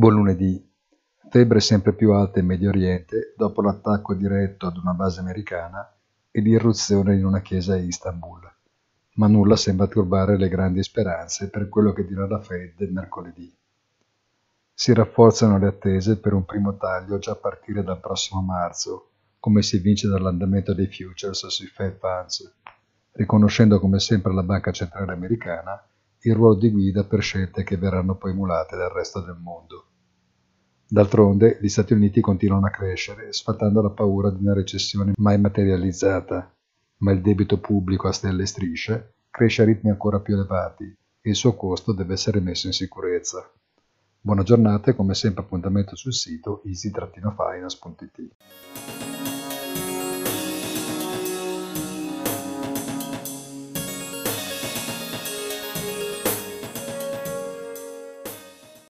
Buon lunedì. Febbre sempre più alta in Medio Oriente dopo l'attacco diretto ad una base americana e l'irruzione in una chiesa a Istanbul. Ma nulla sembra turbare le grandi speranze per quello che dirà la Fed mercoledì. Si rafforzano le attese per un primo taglio già a partire dal prossimo marzo, come si evince dall'andamento dei futures sui Fed Funds, riconoscendo come sempre alla Banca Centrale Americana il ruolo di guida per scelte che verranno poi emulate dal resto del mondo. D'altronde, gli Stati Uniti continuano a crescere, sfatando la paura di una recessione mai materializzata, ma il debito pubblico a stelle e strisce cresce a ritmi ancora più elevati e il suo costo deve essere messo in sicurezza. Buona giornata e come sempre appuntamento sul sito easy-finance.it.